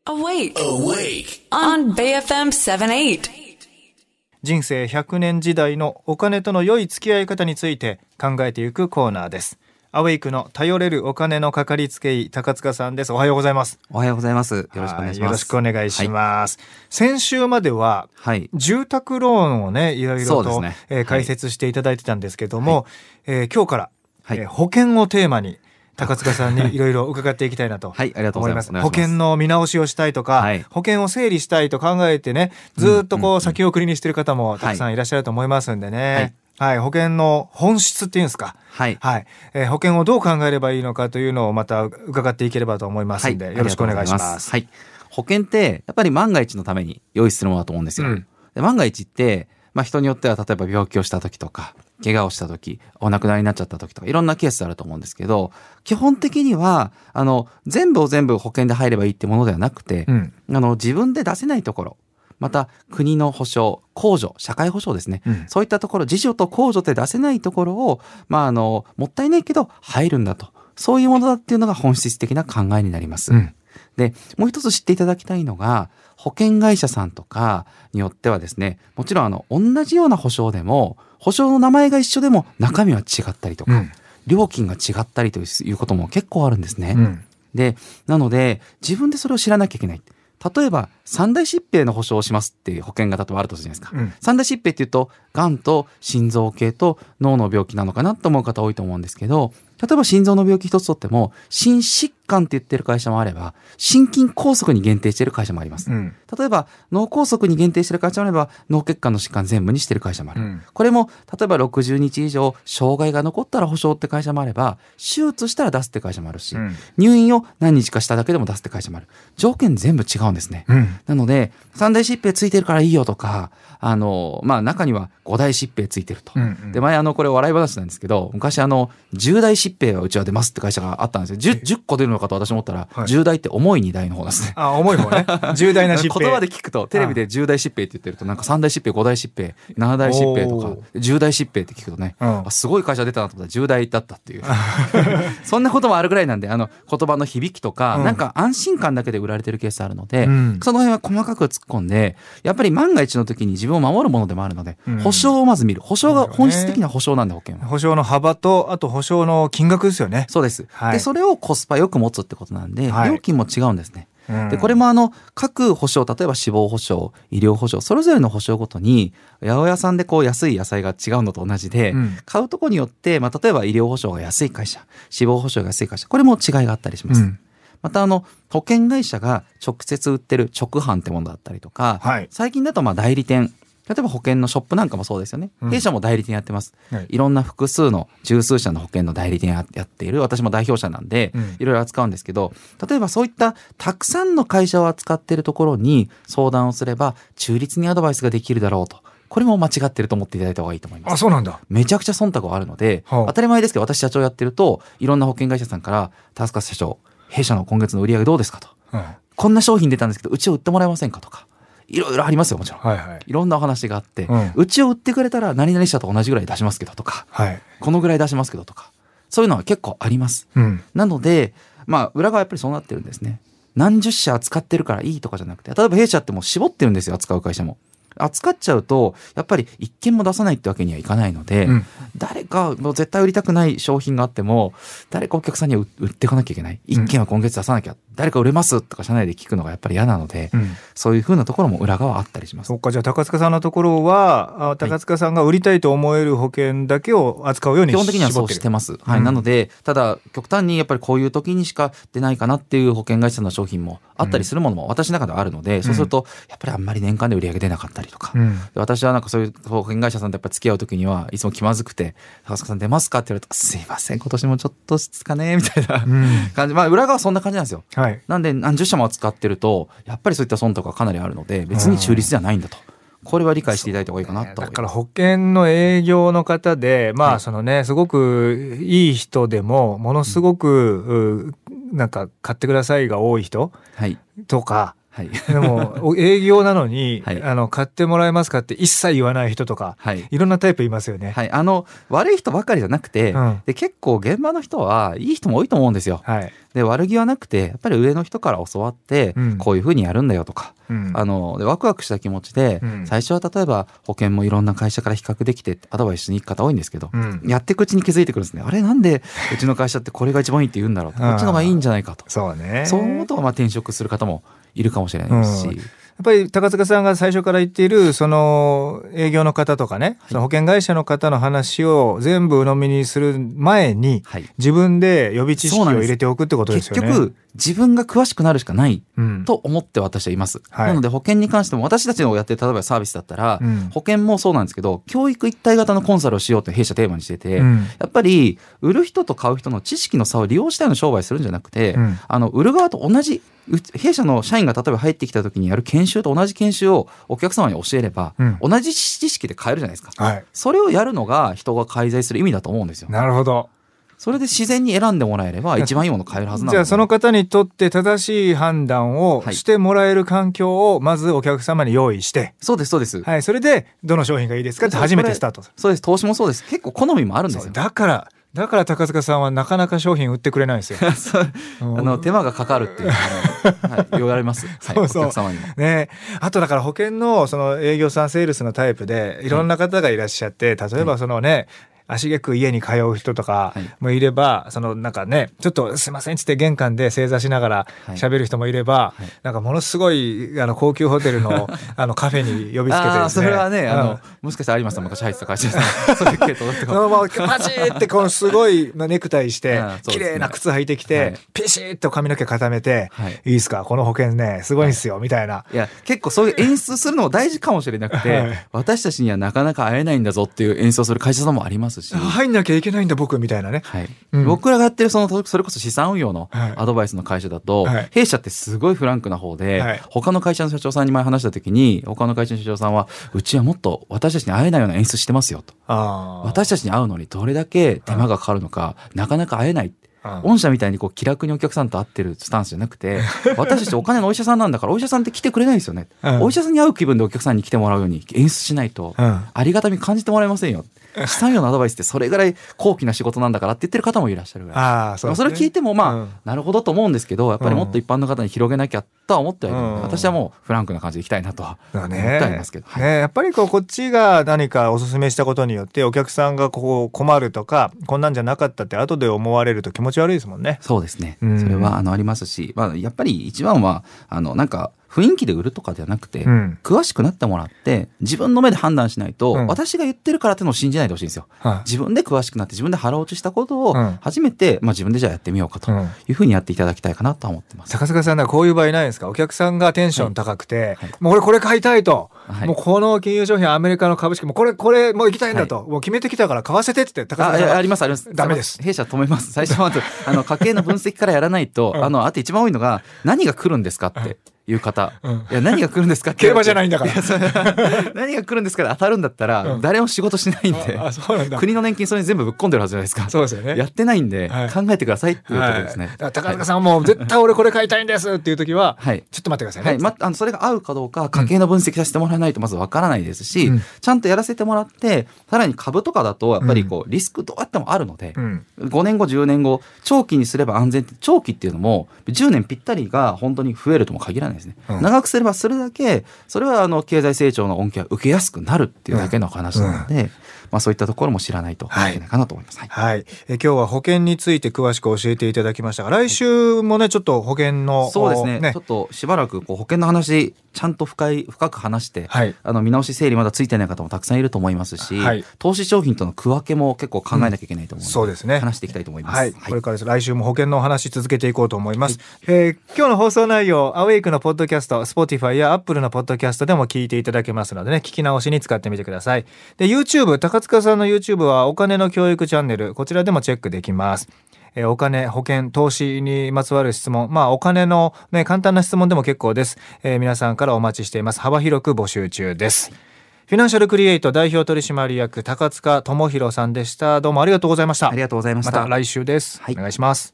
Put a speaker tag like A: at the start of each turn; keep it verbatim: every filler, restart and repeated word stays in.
A: Awake. Awake. On ベイエフエムセブンティーエイト。
B: 人生ひゃくねん時代のお金との良い付き合い方について考えていくコーナーです。アウェイクの頼れるお金のかかりつけ医、高塚さんです。おはようございます。
C: おはようございます。よろしくお願いします。
B: よろしくお願いします。はい、先週までは、はい、住宅ローンをね、いろいろと、ねえー、解説していただいてたんですけども、はいえー、今日から、はいえー、保険をテーマに高塚さんにいろいろ伺っていきたいなと思います。はい、ありがとうございます。保険の見直しをしたいとか、はい、保険を整理したいと考えてね、ずっとこう先送りにしてる方もたくさんいらっしゃると思いますんでね。はいはい、保険の本質っていうんですか、はいはいえー、保険をどう考えればいいのかというのをまた伺っていければと思いますので、はい、よろしくお願いします。
C: はい、保険ってやっぱり万が一のために用意するものだと思うんですよ。うん、で万が一って、まあ、人によっては例えば病気をした時とか怪我をした時お亡くなりになっちゃった時とかいろんなケースあると思うんですけど、基本的にはあの全部を全部保険で入ればいいってものではなくて、うん、あの自分で出せないところ、また国の保障、控除、社会保障ですね、うん、そういったところ自助と控除で出せないところを、まあ、あのもったいないけど入るんだと、そういうものだっていうのが本質的な考えになります。うん、でもう一つ知っていただきたいのが、保険会社さんとかによってはですね、もちろんあの同じような保証でも保証の名前が一緒でも中身は違ったりとか、うん、料金が違ったりということも結構あるんですね。うん、でなので自分でそれを知らなきゃいけない。例えば三大疾病の保証をしますっていう保険が例えばあるとするじゃないですか。うん、三大疾病っていうとがんと心臓系と脳の病気なのかなと思う方多いと思うんですけど、例えば心臓の病気一つとっても心疾患って言ってる会社もあれば心筋梗塞に限定している会社もあります。うん、例えば脳梗塞に限定している会社もあれば脳血管の疾患全部にしている会社もある。うん、これも例えばろくじゅうにち以上障害が残ったら保証って会社もあれば、手術したら出すって会社もあるし、うん、入院を何日かしただけでも出すって会社もある。条件全部違うんですね。うん、なので三大疾病ついてるからいいよとか、あの、まあ、中には五大疾病ついてると。うんうん、で前あのこれ笑い話なんですけど、昔あの重大疾病はうちは出ますって会社があったんですよ。 10, じゅっこ出るのかと私思ったら、はい、重大って重い荷台の方ですね。あ、
B: 重い方ね。重大な疾病。
C: 言葉で聞くとテレビで重大疾病って言ってるとなんか三大疾病五大疾病七大疾病とか重大疾病って聞くとね、あすごい会社出たなと思ったら重大だったっていうそんなこともあるぐらいなんで、あの言葉の響きとか、うん、なんか安心感だけで売られてるケースあるので、うん、その辺は細かく突っ込んで、やっぱり万が一の時に自分を守るものでもあるので、うん、保証をまず見る。保証が本質的な保証なんで、保険は
B: 保証の幅とあと保証の金額ですよね。
C: そうです、はい、でそれをコスパよく持つってことなんで、はい、料金も違うんですね。でこれもあの各保証、例えば死亡保証、医療保証、それぞれの保証ごとに八百屋さんでこう安い野菜が違うのと同じで、うん、買うとこによって、まあ、例えば医療保証が安い会社、死亡保証が安い会社、これも違いがあったりします。うん、またあの保険会社が直接売ってる直販ってものだったりとか、はい、最近だとまあ代理店、例えば保険のショップなんかもそうですよね。弊社も代理店やってます、うんはい、いろんな複数の十数社の保険の代理店やっている私も代表者なんで、うん、いろいろ扱うんですけど、例えばそういったたくさんの会社を扱っているところに相談をすれば中立にアドバイスができるだろうと。これも間違ってると思っていただいた方がいいと思います。
B: あ、そうなんだ。め
C: ちゃくちゃ忖度があるので、はあ、当たり前ですけど私社長やってるといろんな保険会社さんから高塚社長、弊社の今月の売り上げどうですかと、はあ、こんな商品出たんですけどうちを売ってもらえませんかとか、いろいろありますよもちろん、はいはい、いろんなお話があって、うん、うちを売ってくれたら何々社と同じぐらい出しますけどとか、はい、このぐらい出しますけどとか、そういうのは結構あります。うん、なのでまあ裏側やっぱりそうなってるんですね。何十社扱ってるからいいとかじゃなくて、例えば弊社ってもう絞ってるんですよ、扱う会社も。扱っちゃうとやっぱり一件も出さないってわけにはいかないので、うん、誰かもう絶対売りたくない商品があっても誰かお客さんには売っていかなきゃいけない、一件は今月出さなきゃ、誰か売れますとか社内で聞くのがやっぱり嫌なので、うん、そういう風なところも裏側あったりします。
B: そっか、じゃあ高塚さんのところは高塚さんが売りたいと思える保険だけを扱うように
C: 基本的にはそうしてます、はい、うん、なのでただ極端にやっぱりこういう時にしか出ないかなっていう保険会社の商品もあったりするものも私の中ではあるので、うん、そうするとやっぱりあんまり年間で売り上げ出なかったりとか、うん、私はなんかそういう保険会社さんとやっぱり付き合う時にはいつも気まずくて、高塚さん出ますかって言われるとすいません今年もちょっとですかねみたいな感じ、うん、まあ裏側はそんな感じなんですよ、はい、なんで何十社も扱ってるとやっぱりそういった損とかかなりあるので別に中立じゃないんだと、これは理解していただいた方がいいかなと、ね、
B: だから保険の営業の方でまあそのねすごくいい人でもものすごく、うん、なんか買ってくださいが多い人とか、はい、でも営業なのに、はい、あの買ってもらえますかって一切言わない人とか、はい、いろんなタイプいますよね、
C: はい、あの悪い人ばかりじゃなくて、うん、で結構現場の人はいい人も多いと思うんですよ、はい、 で悪気はなくてやっぱり上の人から教わって、うん、こういうふうにやるんだよとか、うん、あのでワクワクした気持ちで、うん、最初は例えば保険もいろんな会社から比較できてアドバイスしに行く方多いんですけど、うん、やっていくうちに気づいてくるんですね。あれなんでうちの会社ってこれが一番いいって言うんだろうとこっちの方がいいんじゃないかと
B: そうね、
C: そう思うとまあ転職する方もいるかもしれないですし、うん
B: やっぱり高塚さんが最初から言っているその営業の方とかね、はい、その保険会社の方の話を全部鵜呑みにする前に、はい、自分で予備知識を入れておくってことですよね。
C: 結局自分が詳しくなるしかないと思って私はいます、うん、なので保険に関しても私たちのやってる例えばサービスだったら、うん、保険もそうなんですけど教育一体型のコンサルをしようと弊社テーマにしてて、うん、やっぱり売る人と買う人の知識の差を利用したような商売するんじゃなくて、うん、あの売る側と同じ弊社の社員が例えば入ってきた時にやる研修と同じ研修をお客様に教えれば、うん、同じ知識で買えるじゃないですか、はい、それをやるのが人が介在する意味だと思うんですよ。
B: なるほど。
C: それで自然に選んでもらえれば一番いいものを買えるはずなので、
B: じゃあその方にとって正しい判断をしてもらえる環境をまずお客様に用意して、はい、
C: そうですそうです、
B: はい、それでどの商品がいいですかって初めてスタートする。
C: そうです、投資もそうです。結構好みもあるんですよ。
B: だからだから高塚さんはなかなか商品売ってくれないんですよ
C: あの手間がかかるっていう、はい、言われます、はい、そうそう、お客様にも、ね、
B: あとだから保険 の, その営業さんセールスのタイプでいろんな方がいらっしゃって、例えばそのね、はい足げく家に通う人とかもいれば、はい、そのなんかねちょっとすいませんっつって玄関で正座しながら喋る人もいれば、はい、なんかものすごいあの高級ホテル の, あのカフェに呼びつけてですねあ
C: それはね、うん、あのもしかしたら有馬さん昔入ってた会社ですそういう系統だったかも
B: パチーってこのすごいネクタイして綺麗な靴履いてきて、はい、ピシッと髪の毛固めて、はい、いいですかこの保険ねすごいんですよ、はい、みたいな。
C: いや結構そういう演出するのも大事かもしれなくて、はい、私たちにはなかなか会えないんだぞっていう演出をする会社さんもありますし、
B: 入んなきゃいけないんだ僕みたいなね、
C: はいうん、僕らがやってるそのそれこそ資産運用のアドバイスの会社だと、はい、弊社ってすごいフランクな方で、はい、他の会社の社長さんに前話した時に他の会社の社長さんはうちはもっと私たちに会えないような演出してますよと。あ私たちに会うのにどれだけ手間がかかるのかなかなか会えない。御社みたいにこう気楽にお客さんと会ってるスタンスじゃなくて私たちお金のお医者さんなんだからお医者さんって来てくれないですよね、うん、お医者さんに会う気分でお客さんに来てもらうように演出しないとありがたみ感じてもらえませんよ、うん、資産運用のアドバイスってそれぐらい高貴な仕事なんだからって言ってる方もいらっしゃるぐらい。あ そ, う、ね、それ聞いてもまあ、うん、なるほどと思うんですけどやっぱりもっと一般の方に広げなきゃとは思ってはいるので、うん、私はもうフランクな感じでいきたいなとは思ってありますけど、
B: ねね、やっぱりこうこっちが何かおすすめしたことによってお客さんがこう困るとかこんなんじゃなかったって後で思われると気持ち悪いですもんね。
C: そうですね、うん、それはあのありますし、まあ、やっぱり一番はあのなんか雰囲気で売るとかではなくて、うん、詳しくなってもらって自分の目で判断しないと、うん、私が言ってるからってのを信じないでほしいんですよ、はい、自分で詳しくなって自分で腹落ちしたことを初めて、うんまあ、自分でじゃあやってみようかというふうにやっていただきたいかなと思ってます。
B: 高塚さんはこういう場合ないですか？お客さんがテンション高くて、はいはい、もう俺これ買いたいと、はい、もうこの金融商品アメリカの株式もこれこれもう行きたいんだと、はい、もう決めてきたから買わせてって言って高塚さんが
C: あ, ありますあります
B: ダメです
C: 弊社止めます。最初はあの家計の分析からやらないと、うん、あのあと一番多いのが何が来るんですかっていう方、うん、いや何が来るんですかって
B: 競馬じゃないんだから
C: 何が来るんですかで当たるんだったら、うん、誰も仕事しないんでああそうなんだ国の年金それに全部ぶっ込んでるはずじゃないですか。
B: そうですよね。
C: やってないんで、はい、考えてくださいっていうことですね、
B: はい、高塚さんも絶対俺これ買いたいんですっていう時は、はい、ちょっと待ってくださいね、
C: はいま、あのそれが合うかどうか家計の分析させてもらわないとまずわからないですし、うん、ちゃんとやらせてもらってさらに株とかだとやっぱりこうリスクどうやってもあるので、うん、ごねんごじゅうねんご長期にすれば安全って長期っていうのもじゅうねんぴったりが本当に増えるとも限らないですね、うん、長くすればするだけそれはあの経済成長の恩恵を受けやすくなるっていうだけの話なので、うんうんまあ、そういったところも知らないといけないかなと思います、はい
B: はいはい、え今日は保険について詳しく教えていただきましたが来週もねちょっと保険の
C: そうです ね, ねちょっとしばらくこう保険の話ちゃんと深い深く話して、はい、あの見直し整理まだついてない方もたくさんいると思いますし、はい、投資商品との区分けも結構考えなきゃいけないと思うので、うん、そうですね、話していきたいと思います、
B: はいはい、これから来週も保険のお話続けていこうと思います、はいえー、今日の放送内容アウェイクのポッドキャスト Spotify や Apple のポッドキャストでも聞いていただけますのでね聞き直しに使ってみてください。で YouTube 高塚さんの YouTube はお金の教育チャンネルこちらでもチェックできます。えー、お金保険投資にまつわる質問まあお金の、ね、簡単な質問でも結構です、えー、皆さんからお待ちしています。幅広く募集中です、はい、フィナンシャルクリエイト代表取締役高塚智博さんでした。どうもありがとうございました。
C: ありがとうございました。
B: また来週です、はい、お願いします。